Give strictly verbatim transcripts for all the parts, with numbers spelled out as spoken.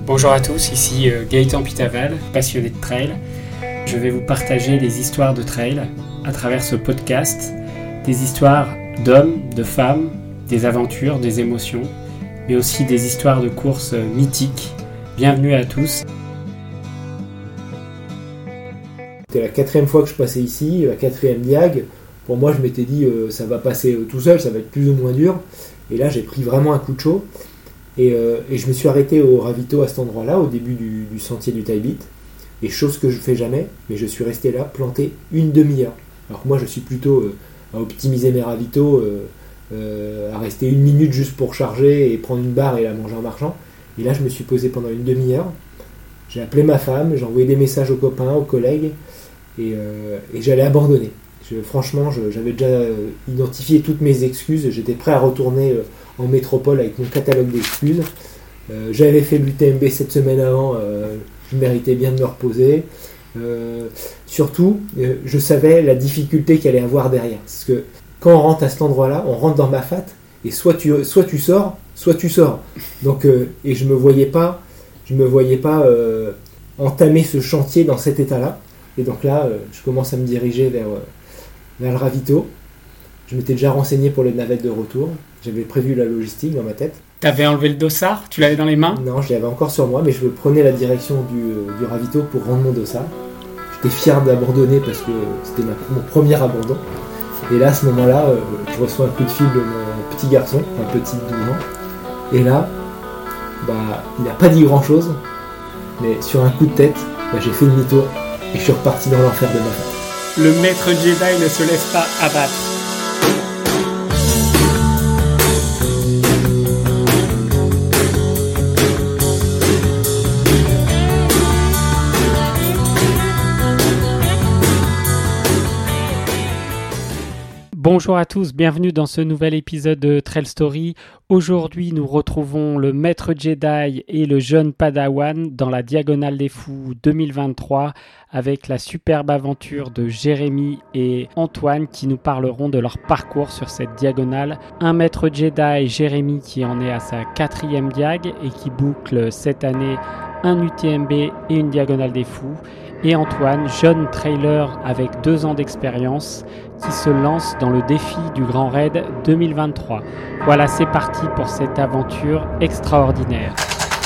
Bonjour à tous, ici Gaëtan Pitaval, passionné de trail. Je vais vous partager des histoires de trail à travers ce podcast, des histoires d'hommes, de femmes, des aventures, des émotions, mais aussi des histoires de courses mythiques. Bienvenue à tous. C'était la quatrième fois que je passais ici, la quatrième diag. Pour moi, je m'étais dit euh, ça va passer euh, tout seul, ça va être plus ou moins dur. Et là, j'ai pris vraiment un coup de chaud. Et, euh, et je me suis arrêté au ravito à cet endroit-là, au début du, du sentier du Taibit. Et chose que je fais jamais, mais je suis resté là, planté une demi-heure. Alors que moi, je suis plutôt euh, à optimiser mes ravitaux, euh, euh, à rester une minute juste pour charger et prendre une barre et la manger en marchant. Et là, je me suis posé pendant une demi-heure. J'ai appelé ma femme, j'ai envoyé des messages aux copains, aux collègues, et, euh, et j'allais abandonner. Je, franchement, je, j'avais déjà identifié toutes mes excuses. J'étais prêt à retourner euh, en métropole avec mon catalogue d'excuses. Euh, j'avais fait l'U T M B cette semaine avant, euh, je méritais bien de me reposer. Euh, surtout, euh, je savais la difficulté qu'il allait avoir derrière. Parce que quand on rentre à cet endroit-là, on rentre dans ma fat, et soit tu, soit tu sors, soit tu sors. Donc, euh, et je me voyais pas, je me voyais pas euh, entamer ce chantier dans cet état-là. Et donc là, euh, je commence à me diriger vers, euh, vers le ravito. Je m'étais déjà renseigné pour les navettes de retour. J'avais prévu la logistique dans ma tête. T'avais enlevé le dossard? Tu l'avais dans les mains? Non, je l'avais encore sur moi, mais je prenais la direction du, euh, du ravito pour rendre mon dossard. J'étais fier d'abandonner parce que c'était ma, mon premier abandon. Et là, à ce moment-là, euh, je reçois un coup de fil de mon petit garçon, un petit douze ans. Et là, bah, il n'a pas dit grand-chose, mais sur un coup de tête, bah, j'ai fait demi-tour et je suis reparti dans l'enfer de ma femme. Le maître Jedi ne se laisse pas abattre. Bonjour à tous, bienvenue dans ce nouvel épisode de Trail Story. Aujourd'hui, nous retrouvons le maître Jedi et le jeune Padawan dans la Diagonale des Fous deux mille vingt-trois avec la superbe aventure de Jérémy et Antoine qui nous parleront de leur parcours sur cette diagonale. Un maître Jedi, Jérémy, qui en est à sa quatrième diag et qui boucle cette année un U T M B et une Diagonale des Fous. Et Antoine, jeune trailer avec deux ans d'expérience, qui se lance dans le défi du Grand Raid deux mille vingt-trois. Voilà, c'est parti pour cette aventure extraordinaire.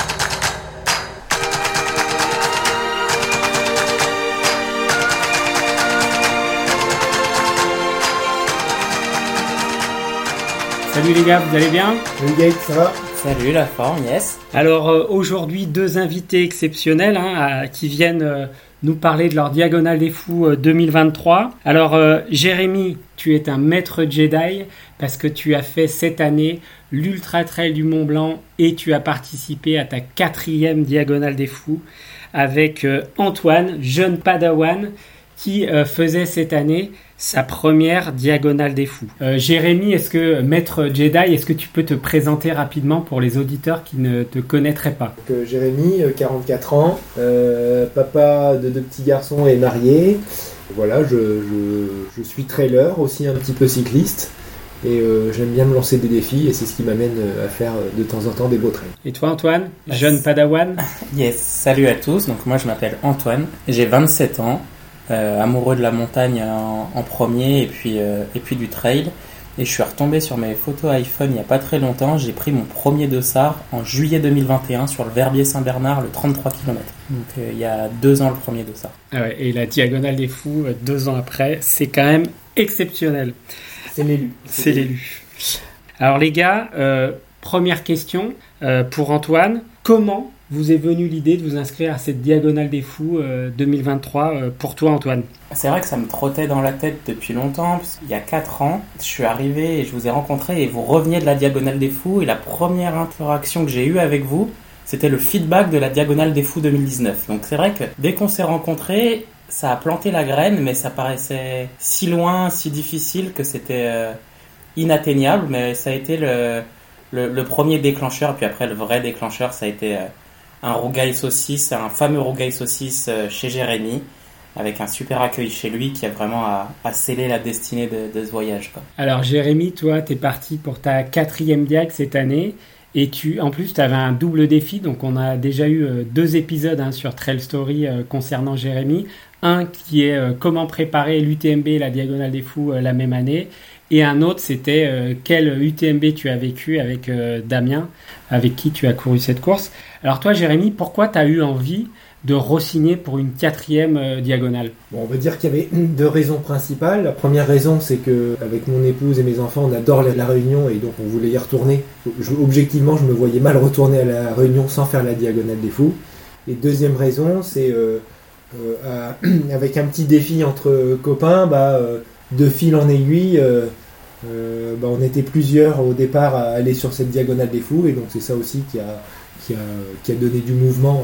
Salut les gars, vous allez bien? Salut Gaël, ça va? Salut, la forme, yes. Alors euh, aujourd'hui, deux invités exceptionnels hein, à, qui viennent euh, nous parler de leur Diagonale des Fous euh, deux mille vingt-trois. Alors euh, Jérémy, tu es un maître Jedi parce que tu as fait cette année l'Ultra Trail du Mont Blanc et tu as participé à ta quatrième Diagonale des Fous avec euh, Antoine, jeune Padawan, qui euh, faisait cette année sa première Diagonale des Fous. Euh, Jérémy, est-ce que, maître Jedi, est-ce que tu peux te présenter rapidement pour les auditeurs qui ne te connaîtraient pas? Donc, euh, Jérémy, euh, quarante-quatre ans, euh, papa de deux petits garçons et marié. Voilà, je, je, je suis trailer, aussi un petit peu cycliste. Et euh, j'aime bien me lancer des défis et c'est ce qui m'amène à faire de temps en temps des beaux trails. Et toi Antoine, jeune Padawan? Yes, salut à tous. Donc moi je m'appelle Antoine, j'ai vingt-sept ans. Euh, amoureux de la montagne en, en premier et puis, euh, et puis du trail. Et je suis retombé sur mes photos iPhone il n'y a pas très longtemps. J'ai pris mon premier dossard en juillet deux mille vingt et un sur le Verbier-Saint-Bernard, le trente-trois kilomètres. Donc euh, il y a deux ans le premier dossard. Ah ouais, et la Diagonale des Fous, deux ans après, c'est quand même exceptionnel. C'est l'élu. C'est, c'est l'élu. Alors les gars, euh, première question euh, pour Antoine. Comment vous est venue l'idée de vous inscrire à cette Diagonale des Fous euh, deux mille vingt-trois euh, pour toi Antoine? C'est vrai que ça me trottait dans la tête depuis longtemps. Parce qu'il y a quatre ans, je suis arrivé et je vous ai rencontré et vous reveniez de la Diagonale des Fous. Et la première interaction que j'ai eue avec vous, c'était le feedback de la Diagonale des Fous deux mille dix-neuf. Donc c'est vrai que dès qu'on s'est rencontrés, ça a planté la graine, mais ça paraissait si loin, si difficile que c'était euh, inatteignable. Mais ça a été le, le, le premier déclencheur. Et puis après, le vrai déclencheur, ça a été... Euh, un rougail saucisse, un fameux rougail saucisse chez Jérémy, avec un super accueil chez lui qui a vraiment à, à sceller la destinée de, de ce voyage, quoi. Alors Jérémy, toi, t'es parti pour ta quatrième diag cette année Et tu, en plus, tu avais un double défi. Donc, on a déjà eu euh, deux épisodes hein, sur Trail Story euh, concernant Jérémy. Un qui est euh, comment préparer l'U T M B, la Diagonale des Fous, euh, la même année. Et un autre, c'était euh, quel U T M B tu as vécu avec euh, Damien, avec qui tu as couru cette course. Alors toi, Jérémy, pourquoi tu as eu envie de re-signer pour une quatrième euh, diagonale? Bon, on va dire qu'il y avait deux raisons principales. La première raison, c'est que avec mon épouse et mes enfants, on adore la, la Réunion et donc on voulait y retourner. Je, objectivement, je me voyais mal retourner à la Réunion sans faire la Diagonale des Fous. Et deuxième raison, c'est euh, euh, à, avec un petit défi entre copains, bah, euh, de fil en aiguille, euh, euh, bah, on était plusieurs au départ à aller sur cette Diagonale des Fous et donc c'est ça aussi qui a, qui a, qui a donné du mouvement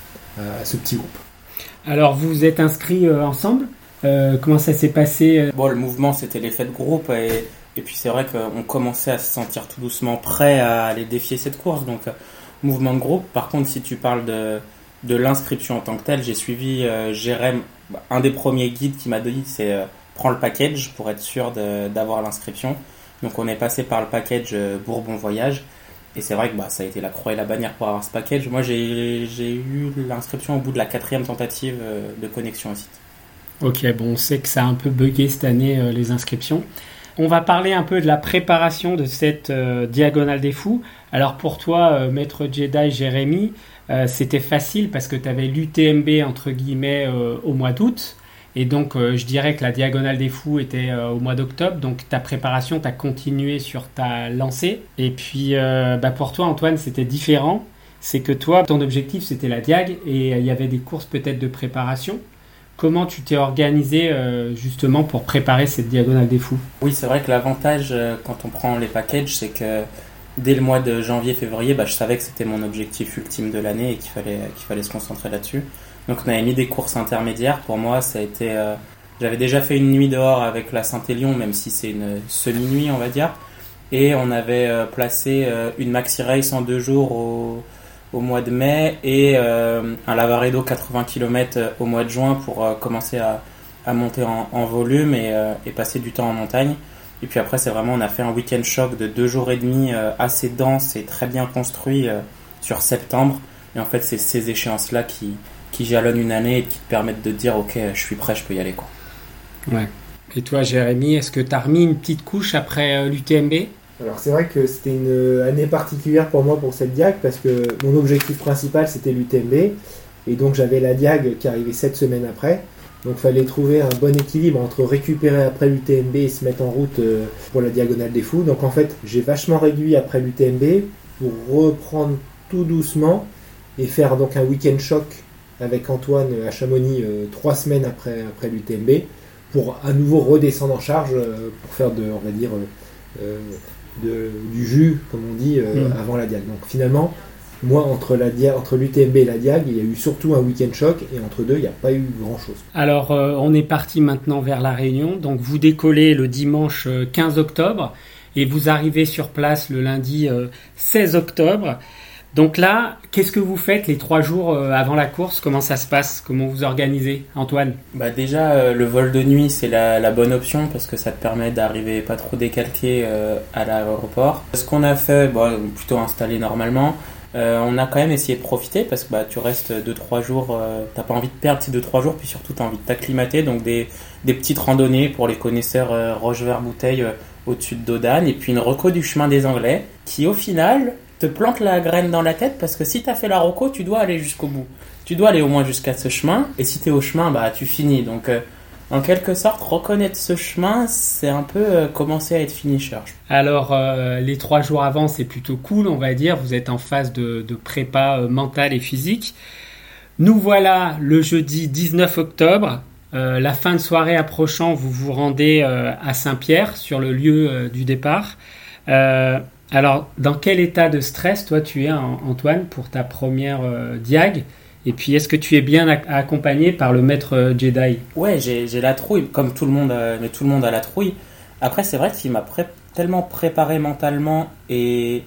à, à ce petit groupe. Alors vous vous êtes inscrits euh, ensemble euh, comment ça s'est passé euh... Bon, le mouvement c'était l'effet de groupe et, et puis c'est vrai qu'on commençait à se sentir tout doucement prêt à aller défier cette course, donc euh, mouvement de groupe. Par contre, si tu parles de, de l'inscription en tant que telle, j'ai suivi euh, Jérém, un des premiers guides qui m'a dit c'est euh, prends le package pour être sûr de, d'avoir l'inscription. Donc on est passé par le package euh, Bourbon Voyage. Et c'est vrai que bah, ça a été la croix et la bannière pour avoir ce package. Moi, j'ai, j'ai eu l'inscription au bout de la quatrième tentative euh, de connexion au site. Ok, bon, on sait que ça a un peu bugué cette année, euh, les inscriptions. On va parler un peu de la préparation de cette euh, Diagonale des Fous. Alors pour toi, euh, Maître Jedi Jérémy, euh, c'était facile parce que tu avais l'U T M B, entre guillemets, euh, au mois d'août. Et donc, euh, je dirais que la Diagonale des Fous était euh, au mois d'octobre. Donc, ta préparation, tu as continué sur ta lancée. Et puis, euh, bah pour toi, Antoine, c'était différent. C'est que toi, ton objectif, c'était la Diag. Et il euh, y avait des courses peut-être de préparation. Comment tu t'es organisé euh, justement pour préparer cette Diagonale des Fous? Oui, c'est vrai que l'avantage euh, quand on prend les packages, c'est que dès le mois de janvier-février, bah, je savais que c'était mon objectif ultime de l'année et qu'il fallait, qu'il fallait se concentrer là-dessus. Donc on avait mis des courses intermédiaires. Pour moi, ça a été... Euh, j'avais déjà fait une nuit dehors avec la Saint-Élion, même si c'est une semi-nuit, on va dire. Et on avait euh, placé euh, une maxi race en deux jours au, au mois de mai et euh, un Lavaredo quatre-vingts kilomètres au mois de juin pour euh, commencer à, à monter en, en volume et, euh, et passer du temps en montagne. Et puis après, c'est vraiment, on a fait un week-end choc de deux jours et demi euh, assez dense et très bien construit euh, sur septembre. Et en fait, c'est ces échéances-là qui... qui jalonnent une année et qui te permettent de te dire ok, je suis prêt, je peux y aller quoi. Ouais. Et toi Jérémy, est-ce que tu as remis une petite couche après euh, l'U T M B? Alors c'est vrai que c'était une année particulière pour moi pour cette Diag parce que mon objectif principal c'était l'U T M B et donc j'avais la Diag qui arrivait sept semaines après. Donc il fallait trouver un bon équilibre entre récupérer après l'U T M B et se mettre en route euh, pour la Diagonale des Fous. Donc en fait j'ai vachement réduit après l'U T M B pour reprendre tout doucement et faire donc un week-end choc avec Antoine à Chamonix euh, trois semaines après, après l'U T M B pour à nouveau redescendre en charge euh, pour faire de, on va dire, euh, de, du jus, comme on dit, euh, mmh. avant la Diag. Donc finalement, moi, entre, la dia- entre l'U T M B et la Diag, il y a eu surtout un week-end choc et entre deux, il n'y a pas eu grand-chose. Alors, euh, on est parti maintenant vers La Réunion. Donc, vous décollez le dimanche quinze octobre et vous arrivez sur place le lundi euh, seize octobre. Donc là, qu'est-ce que vous faites les trois jours avant la course? Comment ça se passe? Comment vous organisez, Antoine? Bah déjà, euh, le vol de nuit, c'est la, la bonne option parce que ça te permet d'arriver pas trop décalqué euh, à l'aéroport. Ce qu'on a fait, bah, plutôt installé normalement, euh, on a quand même essayé de profiter parce que bah, tu restes deux trois jours, euh, t'as pas envie de perdre ces deux trois jours, puis surtout t'as envie de t'acclimater. Donc des, des petites randonnées pour les connaisseurs euh, Roche-Vert-Bouteille euh, au-dessus de Dodane et puis une reco du chemin des Anglais qui au final... te plante la graine dans la tête parce que si tu as fait la roco, tu dois aller jusqu'au bout. Tu dois aller au moins jusqu'à ce chemin et si tu es au chemin, bah tu finis. Donc euh, en quelque sorte, reconnaître ce chemin, c'est un peu euh, commencer à être finisher. Alors euh, les trois jours avant, c'est plutôt cool, on va dire. Vous êtes en phase de, de prépa euh, mentale et physique. Nous voilà le jeudi dix-neuf octobre. Euh, la fin de soirée approchant, vous vous rendez euh, à Saint-Pierre sur le lieu euh, du départ. Euh, Alors, dans quel état de stress, toi, tu es, Antoine, pour ta première euh, Diag? Et puis, est-ce que tu es bien ac- accompagné par le maître euh, Jedi? Ouais, j'ai, j'ai la trouille, comme tout le monde, a, mais tout le monde a la trouille. Après, c'est vrai qu'il m'a pré- tellement préparé mentalement et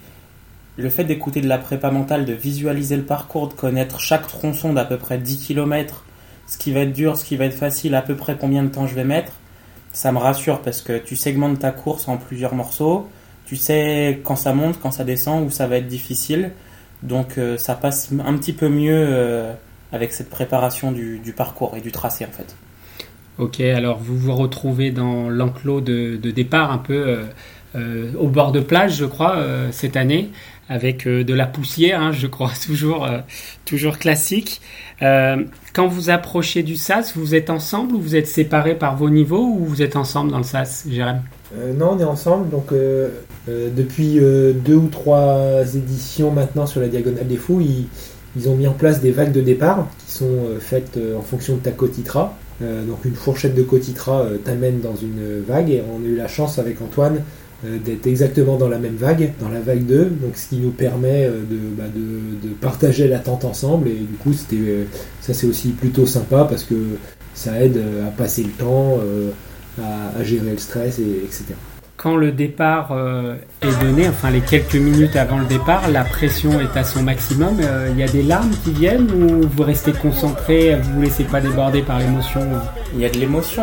le fait d'écouter de la prépa mentale, de visualiser le parcours, de connaître chaque tronçon d'à peu près dix kilomètres, ce qui va être dur, ce qui va être facile, à peu près combien de temps je vais mettre, ça me rassure parce que tu segmentes ta course en plusieurs morceaux. tu sais quand ça monte, quand ça descend, où ça va être difficile. Donc euh, ça passe un petit peu mieux euh, avec cette préparation du, du parcours et du tracé en fait. Ok, alors vous vous retrouvez dans l'enclos de, de départ un peu euh, euh, au bord de plage, je crois, euh, cette année, avec euh, de la poussière, hein, je crois, toujours, euh, toujours classique. Euh, quand vous approchez du sas, vous êtes ensemble ou vous êtes séparés par vos niveaux ou vous êtes ensemble dans le sas, Jérém ? Euh, non, on est ensemble. Donc, euh, euh, depuis euh, deux ou trois éditions maintenant sur la Diagonale des Fous, ils, ils ont mis en place des vagues de départ qui sont euh, faites euh, en fonction de ta cotitra. Euh, donc, une fourchette de cotitra euh, t'amène dans une vague et on a eu la chance avec Antoine euh, d'être exactement dans la même vague, dans la vague deux. Donc, ce qui nous permet euh, de, bah, de, de partager l'attente ensemble et du coup, c'était, euh, ça c'est aussi plutôt sympa parce que ça aide euh, à passer le temps. Euh, À, à gérer le stress, et, etc. Quand le départ euh, est donné, enfin les quelques minutes avant le départ, la pression est à son maximum. Il euh, y a des larmes qui viennent ou vous restez concentré, vous vous laissez pas déborder par l'émotion ? Il y a de l'émotion.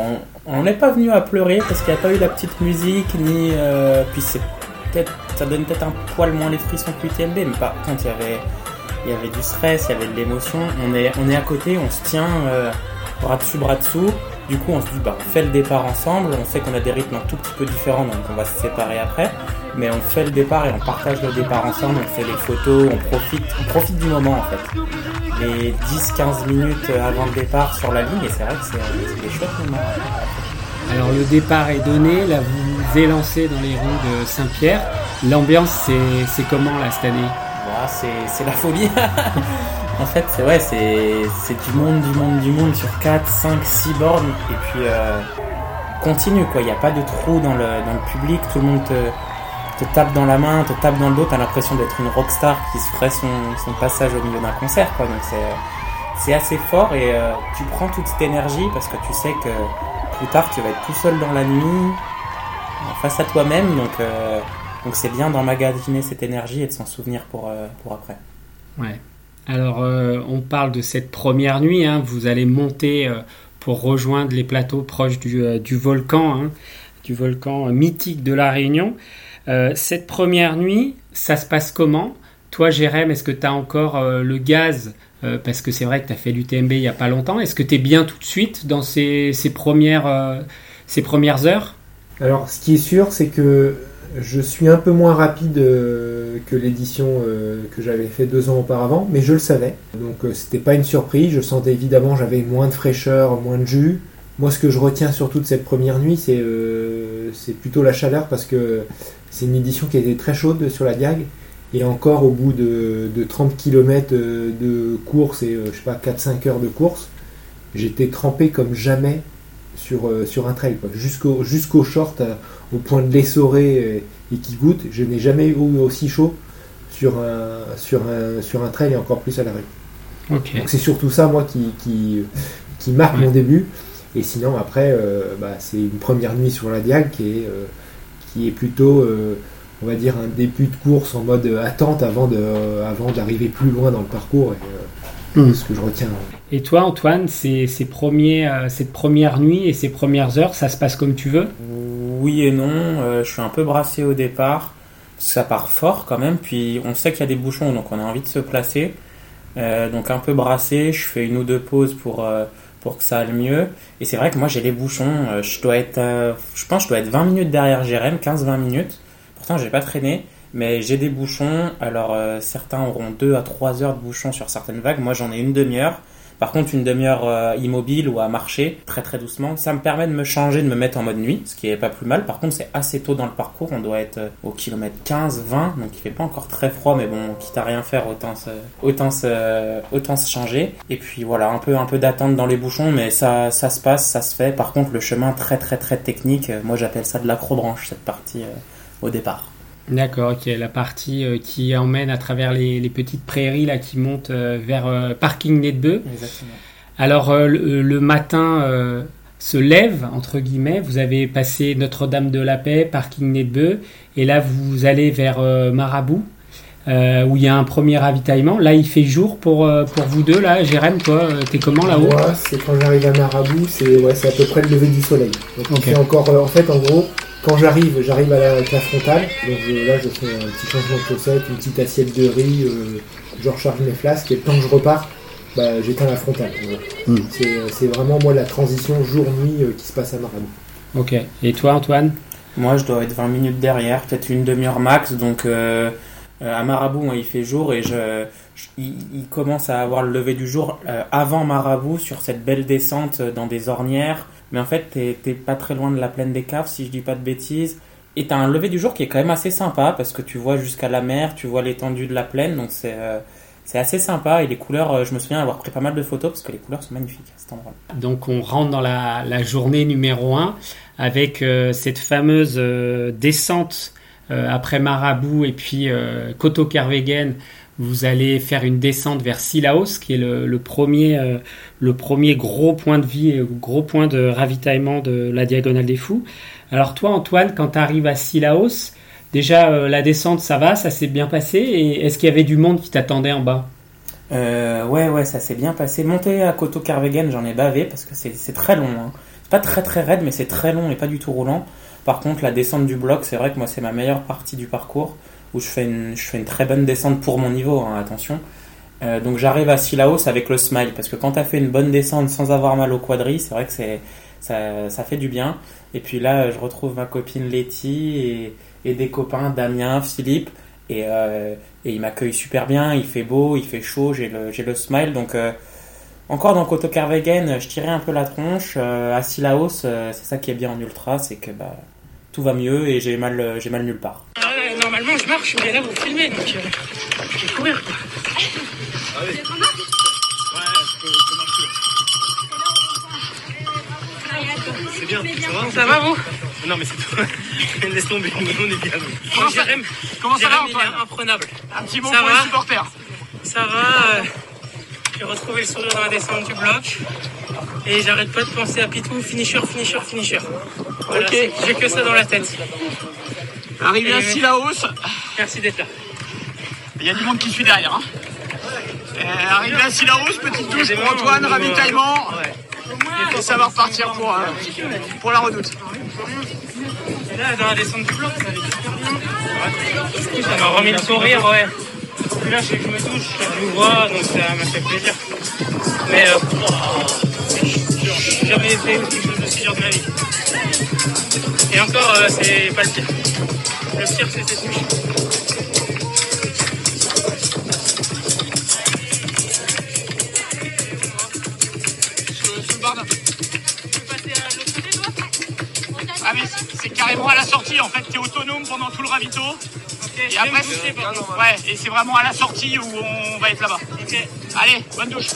On n'est pas venu à pleurer parce qu'il n'y a pas eu la petite musique, ni euh, puis c'est peut-être, ça donne peut-être un poil moins les frissons que l'U T M B, mais par contre il y avait, il y avait du stress, il y avait de l'émotion. On est, on est à côté, on se tient euh, bras dessus, bras dessous. Du coup, on se dit, bah, on fait le départ ensemble. On sait qu'on a des rythmes un tout petit peu différents, donc on va se séparer après. Mais on fait le départ et on partage le départ ensemble. On fait les photos, on profite, on profite du moment en fait. Les dix quinze minutes avant le départ sur la ligne, et c'est vrai que c'est, c'est des chouettes moments. Alors le départ est donné, là vous vous élancez dans les rues de Saint-Pierre. L'ambiance, c'est, c'est comment là cette année ? Voilà, c'est, c'est la folie. En fait, c'est ouais, c'est, c'est du monde, du monde, du monde sur quatre, cinq, six bornes. Et puis, euh, continue, quoi. Il n'y a pas de trou dans le, dans le public. Tout le monde te, te tape dans la main, te tape dans le dos. T'as l'impression d'être une rockstar qui se ferait son, son passage au milieu d'un concert, quoi. Donc, c'est, c'est assez fort et euh, tu prends toute cette énergie parce que tu sais que plus tard, tu vas être tout seul dans la nuit, face à toi-même. Donc, euh, donc c'est bien d'emmagasiner cette énergie et de s'en souvenir pour, euh, pour après. Ouais. Alors, euh, on parle de cette première nuit, hein. Vous allez monter euh, pour rejoindre les plateaux proches du, euh, du volcan, hein, du volcan euh, mythique de La Réunion. Euh, cette première nuit, ça se passe comment ? Toi, Jérém, est-ce que tu as encore euh, le gaz euh, parce que c'est vrai que tu as fait l'U T M B il n'y a pas longtemps. Est-ce que tu es bien tout de suite dans ces, ces, premières, euh, ces premières heures ? Alors, ce qui est sûr, c'est que je suis un peu moins rapide euh, que l'édition euh, que j'avais fait deux ans auparavant, mais je le savais. Donc euh, c'était pas une surprise, je sentais évidemment j'avais moins de fraîcheur, moins de jus. Moi ce que je retiens surtout de cette première nuit, c'est, euh, c'est plutôt la chaleur parce que c'est une édition qui a été très chaude sur la Diag. Et encore au bout de, de trente kilomètres de course et euh, je sais pas quatre cinq heures de course, j'étais trempé comme jamais sur, euh, sur un trail, quoi. Jusqu'au, jusqu'au short, euh, au point de l'essorer et, et qui goûte. Je n'ai jamais eu aussi chaud sur un, sur un, sur un trail et encore plus à la rue. Okay. Donc c'est surtout ça, moi, qui, qui, qui marque ouais. mon début. Et sinon, après, euh, bah, c'est une première nuit sur la Diag qui est, euh, qui est plutôt, euh, on va dire, un début de course en mode attente avant, de, euh, avant d'arriver plus loin dans le parcours. Et, euh, mmh. ce que je retiens. Et toi, Antoine, ces, ces premiers, euh, cette première nuit et ces premières heures, ça se passe comme tu veux ? Oui et non. Euh, je suis un peu brassé au départ. Ça part fort quand même. Puis on sait qu'il y a des bouchons, donc on a envie de se placer. Euh, donc un peu brassé. Je fais une ou deux pauses pour, euh, pour que ça aille mieux. Et c'est vrai que moi, j'ai les bouchons. Euh, je dois être, euh, je pense, que je dois être vingt minutes derrière Jérém, quinze vingt minutes. Pourtant, j'ai pas traîné. Mais j'ai des bouchons, alors euh, certains auront deux à trois heures de bouchons sur certaines vagues, moi j'en ai une demi-heure. Par contre une demi-heure euh, immobile ou à marcher, très très doucement, ça me permet de me changer, de me mettre en mode nuit, ce qui est pas plus mal. Par contre c'est assez tôt dans le parcours, on doit être euh, au kilomètre quinze vingt, donc il fait pas encore très froid, mais bon, quitte à rien faire, autant se, autant se, autant se changer. Et puis voilà, un peu, un peu d'attente dans les bouchons, mais ça, ça se passe, ça se fait. Par contre le chemin très très très technique, moi j'appelle ça de l'acrobranche, cette partie euh, au départ. D'accord, ok. La partie euh, qui emmène à travers les, les petites prairies là qui montent euh, vers euh, parking Nedbeu. Exactement. Alors euh, le, le matin euh, se lève entre guillemets. Vous avez passé Notre-Dame de la Paix, parking Nedbeu, et là vous allez vers euh, Marabout euh, où il y a un premier ravitaillement. Là il fait jour pour euh, pour vous deux là. Jérém, toi, t'es comment là-haut ? Moi, c'est quand j'arrive à Marabout, c'est ouais, c'est à peu près le lever du soleil. Donc okay. On fait encore, euh, en fait, en gros. quand j'arrive, j'arrive à la, avec la frontale. Donc je, là, je fais un petit changement de chaussettes, une petite assiette de riz, euh, je recharge mes flasques et le temps que je repars, bah, j'éteins la frontale. Mmh. C'est, c'est vraiment moi la transition jour-nuit euh, qui se passe à Marabout. Ok. Et toi, Antoine ? Moi, je dois être vingt minutes derrière, peut-être une demi-heure max. Donc, euh, à Marabout, moi, il fait jour et je, je, il, il commence à avoir le lever du jour euh, avant Marabout sur cette belle descente dans des ornières. Mais en fait, t'es, t'es pas très loin de la plaine des Caves, si je dis pas de bêtises. Et t'as un lever du jour qui est quand même assez sympa parce que tu vois jusqu'à la mer, tu vois l'étendue de la plaine. Donc, c'est, euh, c'est assez sympa. Et les couleurs, euh, je me souviens avoir pris pas mal de photos parce que les couleurs sont magnifiques à cet endroit. Donc, on rentre dans la, la journée numéro un avec euh, cette fameuse euh, descente euh, après Marabout et puis euh, Koto-Kervegen. Vous allez faire une descente vers Sillaos, qui est le, le, premier, euh, le premier gros point de vie et gros point de ravitaillement de la Diagonale des Fous. Alors toi, Antoine, quand tu arrives à Sillaos, déjà euh, la descente, ça va, ça s'est bien passé. Et est-ce qu'il y avait du monde qui t'attendait en bas ? euh, Ouais, ouais, ça s'est bien passé. Monter à Koto-Kervegen, j'en ai bavé parce que c'est, c'est très long. Hein. C'est pas très très raide, mais c'est très long et pas du tout roulant. Par contre, la descente du bloc, c'est vrai que moi, c'est ma meilleure partie du parcours, où je fais une, je fais une très bonne descente pour mon niveau, hein, attention. Euh, donc j'arrive à Sillaos avec le smile, parce que quand tu as fait une bonne descente sans avoir mal au quadri, c'est vrai que c'est, ça, ça fait du bien. Et puis là, je retrouve ma copine Letty et, et des copains, Damien, Philippe, et, euh, et ils m'accueillent super bien, il fait beau, il fait chaud, j'ai le, j'ai le smile. Donc euh, encore dans Koto-Kervegen, je tirais un peu la tronche. Euh, à Sillaos, euh, c'est ça qui est bien en ultra, c'est que bah, tout va mieux et j'ai mal, j'ai mal nulle part. Euh, normalement, je marche, mais là, vous filmez, donc euh, je vais courir, quoi. Ah oui. Ouais, je peux, je peux marcher. C'est bien, ça va, ça va, vous ? Non, mais c'est tout. Laisse tomber, on est bien. Comment ça, Jérém, comment ça va, Antoine ? Imprenable. Un petit mot pour les supporters. Ça va, euh, j'ai retrouvé le sourire dans la descente du bloc. Et j'arrête pas de penser à Pitou, finisher, finisher, finisher. Voilà, ok. J'ai que ça dans la tête. Arrivé à Sillaos. Merci d'être là. Il y a du monde qui suit derrière. Hein. Euh, arrivé à Sillaos, petite touche pour Antoine, ravitaillement. Ouais. Et ça va repartir pour, euh, pour la redoute. Et là, dans la descente du bloc, ça allait super bien. Ça m'a remis le sourire, ouais. Puis là, je, je me touche, je vous vois, donc ça m'a fait plaisir. Mais euh, j'ai jamais fait quelque chose d'aussi dur de ma vie. Et encore, euh, c'est pas le pire. Le pire, c'est cette touche. Je me barre un peu. Tu peux passer à l'autre côté, toi ? Ah, mais c'est, c'est carrément à la sortie, en fait. T'es autonome pendant tout le ravito. Okay, et après, c'est, ouais, et c'est vraiment à la sortie où on va être là-bas. Okay. Allez, bonne douche.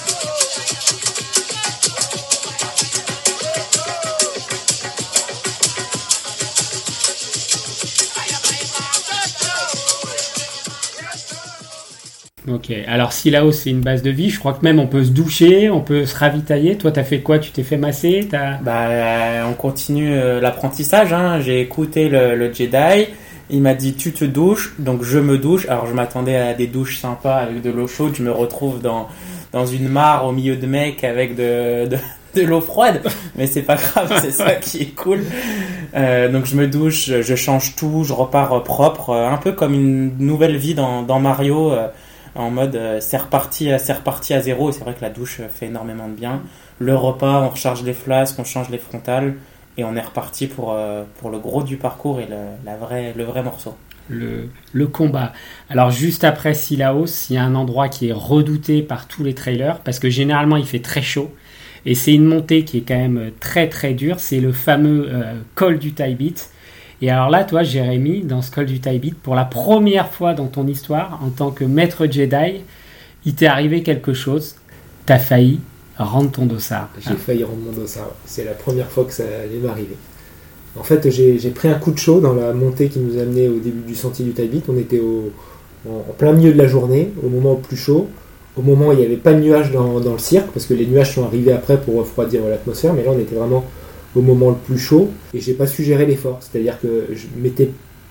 Ok, alors Sillaos c'est une base de vie, je crois que même on peut se doucher, on peut se ravitailler. Toi t'as fait quoi ? Tu t'es fait masser ? T'as... Bah euh, on continue euh, l'apprentissage, hein. J'ai écouté le, le Jedi, il m'a dit tu te douches, donc je me douche. Alors je m'attendais à des douches sympas avec de l'eau chaude, je me retrouve dans, dans une mare au milieu de mecs avec de... de... de l'eau froide, mais c'est pas grave, c'est ça qui est cool. Euh, donc je me douche, je change tout, je repars propre, un peu comme une nouvelle vie dans, dans Mario, euh, en mode euh, c'est reparti, c'est reparti à zéro. Et c'est vrai que la douche fait énormément de bien. Le repas, on recharge les flasques, on change les frontales et on est reparti pour euh, pour le gros du parcours et le la vraie le vrai morceau. Le, le combat. Alors juste après Sillaos, il y a un endroit qui est redouté par tous les trailers parce que généralement il fait très chaud. Et c'est une montée qui est quand même très très dure, c'est le fameux euh, col du Taibit. Et alors là, toi Jérémy, dans ce col du Taibit, pour la première fois dans ton histoire, en tant que maître Jedi, il t'est arrivé quelque chose, t'as failli rendre ton dossard. J'ai hein. failli rendre mon dossard, c'est la première fois que ça allait m'arriver. En fait, j'ai, j'ai pris un coup de chaud dans la montée qui nous amenait au début du sentier du Taibit. On était au, en, en plein milieu de la journée, au moment le plus chaud. Au moment où il n'y avait pas de nuages dans, dans le cirque, parce que les nuages sont arrivés après pour refroidir l'atmosphère, mais là on était vraiment au moment le plus chaud, et j'ai pas su gérer l'effort. C'est-à-dire que je m'étais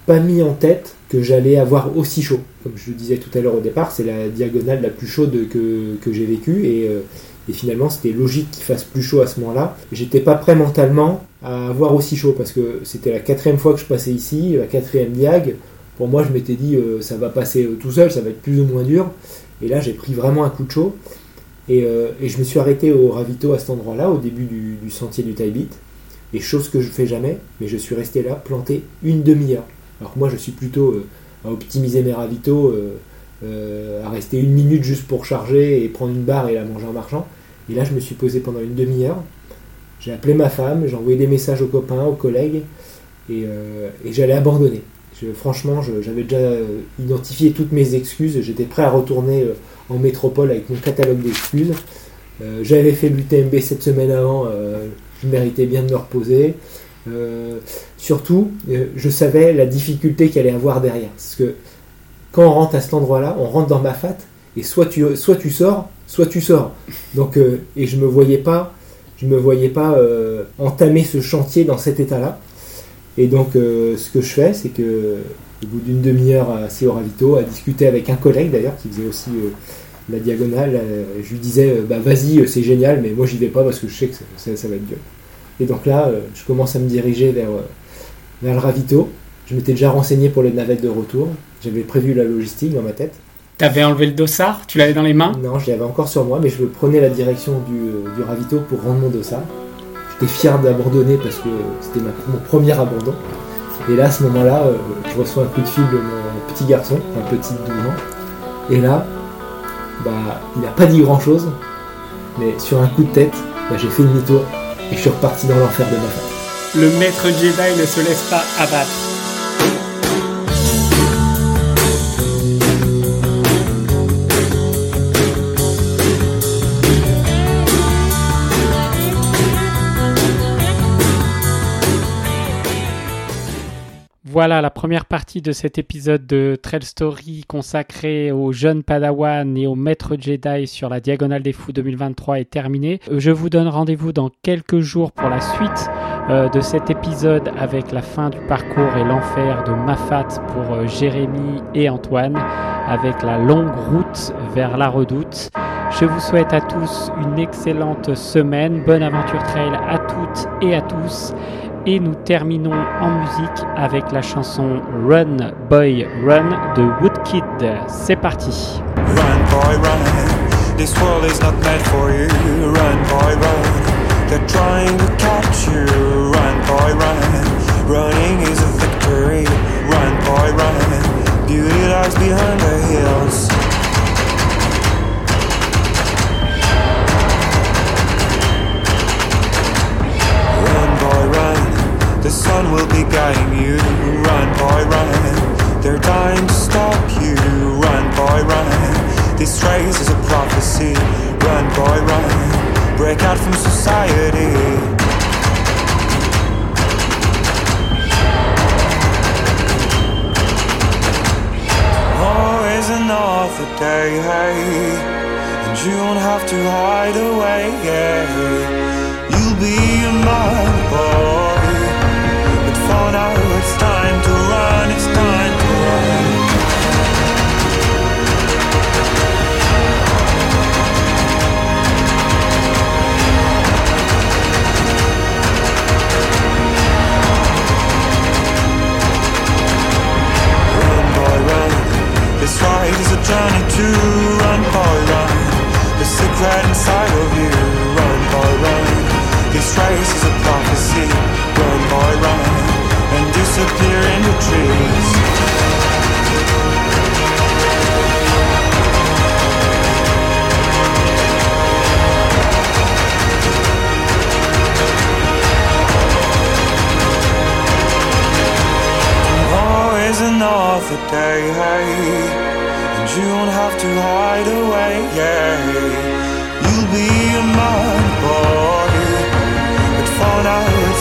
pas mis en tête que j'allais avoir aussi chaud. Comme je le disais tout à l'heure au départ, c'est la diagonale la plus chaude que, que j'ai vécue et, euh, et finalement c'était logique qu'il fasse plus chaud à ce moment-là. J'étais pas prêt mentalement à avoir aussi chaud parce que c'était la quatrième fois que je passais ici, la quatrième diag. Pour moi, je m'étais dit euh, ça va passer euh, tout seul, ça va être plus ou moins dur. Et là, j'ai pris vraiment un coup de chaud et, euh, et je me suis arrêté au ravito à cet endroit-là, au début du, du sentier du Taibit. Et chose que je fais jamais, mais je suis resté là planté une demi-heure. Alors que moi, je suis plutôt euh, à optimiser mes ravitaux, euh, euh, à rester une minute juste pour charger et prendre une barre et la manger en marchant. Et là, je me suis posé pendant une demi-heure. J'ai appelé ma femme, j'ai envoyé des messages aux copains, aux collègues, et, euh, et j'allais abandonner. Je, franchement, je, j'avais déjà euh, identifié toutes mes excuses. J'étais prêt à retourner euh, en métropole avec mon catalogue d'excuses. Euh, j'avais fait l'U T M B cette semaine avant, euh, je méritais bien de me reposer. Euh, surtout, euh, je savais la difficulté qu'il allait avoir derrière. Parce que quand on rentre à cet endroit-là, on rentre dans Mafat, et soit tu, soit tu sors, soit tu sors. Donc, euh, et je me voyais pas, je me voyais pas euh, entamer ce chantier dans cet état-là. Et donc, euh, ce que je fais, c'est que au bout d'une demi-heure assis au ravito, à discuter avec un collègue d'ailleurs qui faisait aussi euh, la diagonale, euh, je lui disais, euh, bah vas-y, c'est génial, mais moi j'y vais pas parce que je sais que ça, ça, ça va être dur. Et donc là, euh, je commence à me diriger vers, euh, vers le ravito. Je m'étais déjà renseigné pour les navettes de retour. J'avais prévu la logistique dans ma tête. T'avais enlevé le dossard? Tu l'avais dans les mains? Non, je l'avais encore sur moi, mais je prenais la direction du, euh, du ravito pour rendre mon dossard. J'étais fier d'abandonner parce que c'était ma, mon premier abandon. Et là, à ce moment-là, euh, je reçois un coup de fil de mon petit garçon, un petit douze ans. Et là, bah, il n'a pas dit grand-chose, mais sur un coup de tête, bah, j'ai fait demi-tour et je suis reparti dans l'enfer de ma femme. Le maître Jedi ne se laisse pas abattre. Voilà la première partie de cet épisode de Trail Story consacré aux jeunes Padawan et aux maîtres Jedi sur la Diagonale des Fous deux mille vingt-trois est terminée. Je vous donne rendez-vous dans quelques jours pour la suite euh, de cet épisode avec la fin du parcours et l'enfer de Mafat pour euh, Jérémy et Antoine avec la longue route vers la Redoute. Je vous souhaite à tous une excellente semaine, bonne aventure trail à toutes et à tous. Et nous terminons en musique avec la chanson Run Boy Run de Woodkid. C'est parti. Run boy run, this world is not meant for you. Run boy run, they're trying to catch you. Run boy run, running is a victory. Run boy run, beauty lies behind the hills. The sun will be guiding you. Run, boy, run. They're dying to stop you. Run, boy, run. This race is a prophecy. Run, boy, run. Break out from society. Tomorrow is another day, hey, and you won't have to hide away, yeah. You'll be a man, boy. For now it's time to run, it's time to run. Run, boy, run. This ride is a journey to run, boy, run. The secret inside of you. Run, boy, run. This race is a prophecy. Run, boy, run. And disappear in the trees. Tomorrow is another day, hey, and you won't have to hide away, yeah. You'll be a man, boy, but for now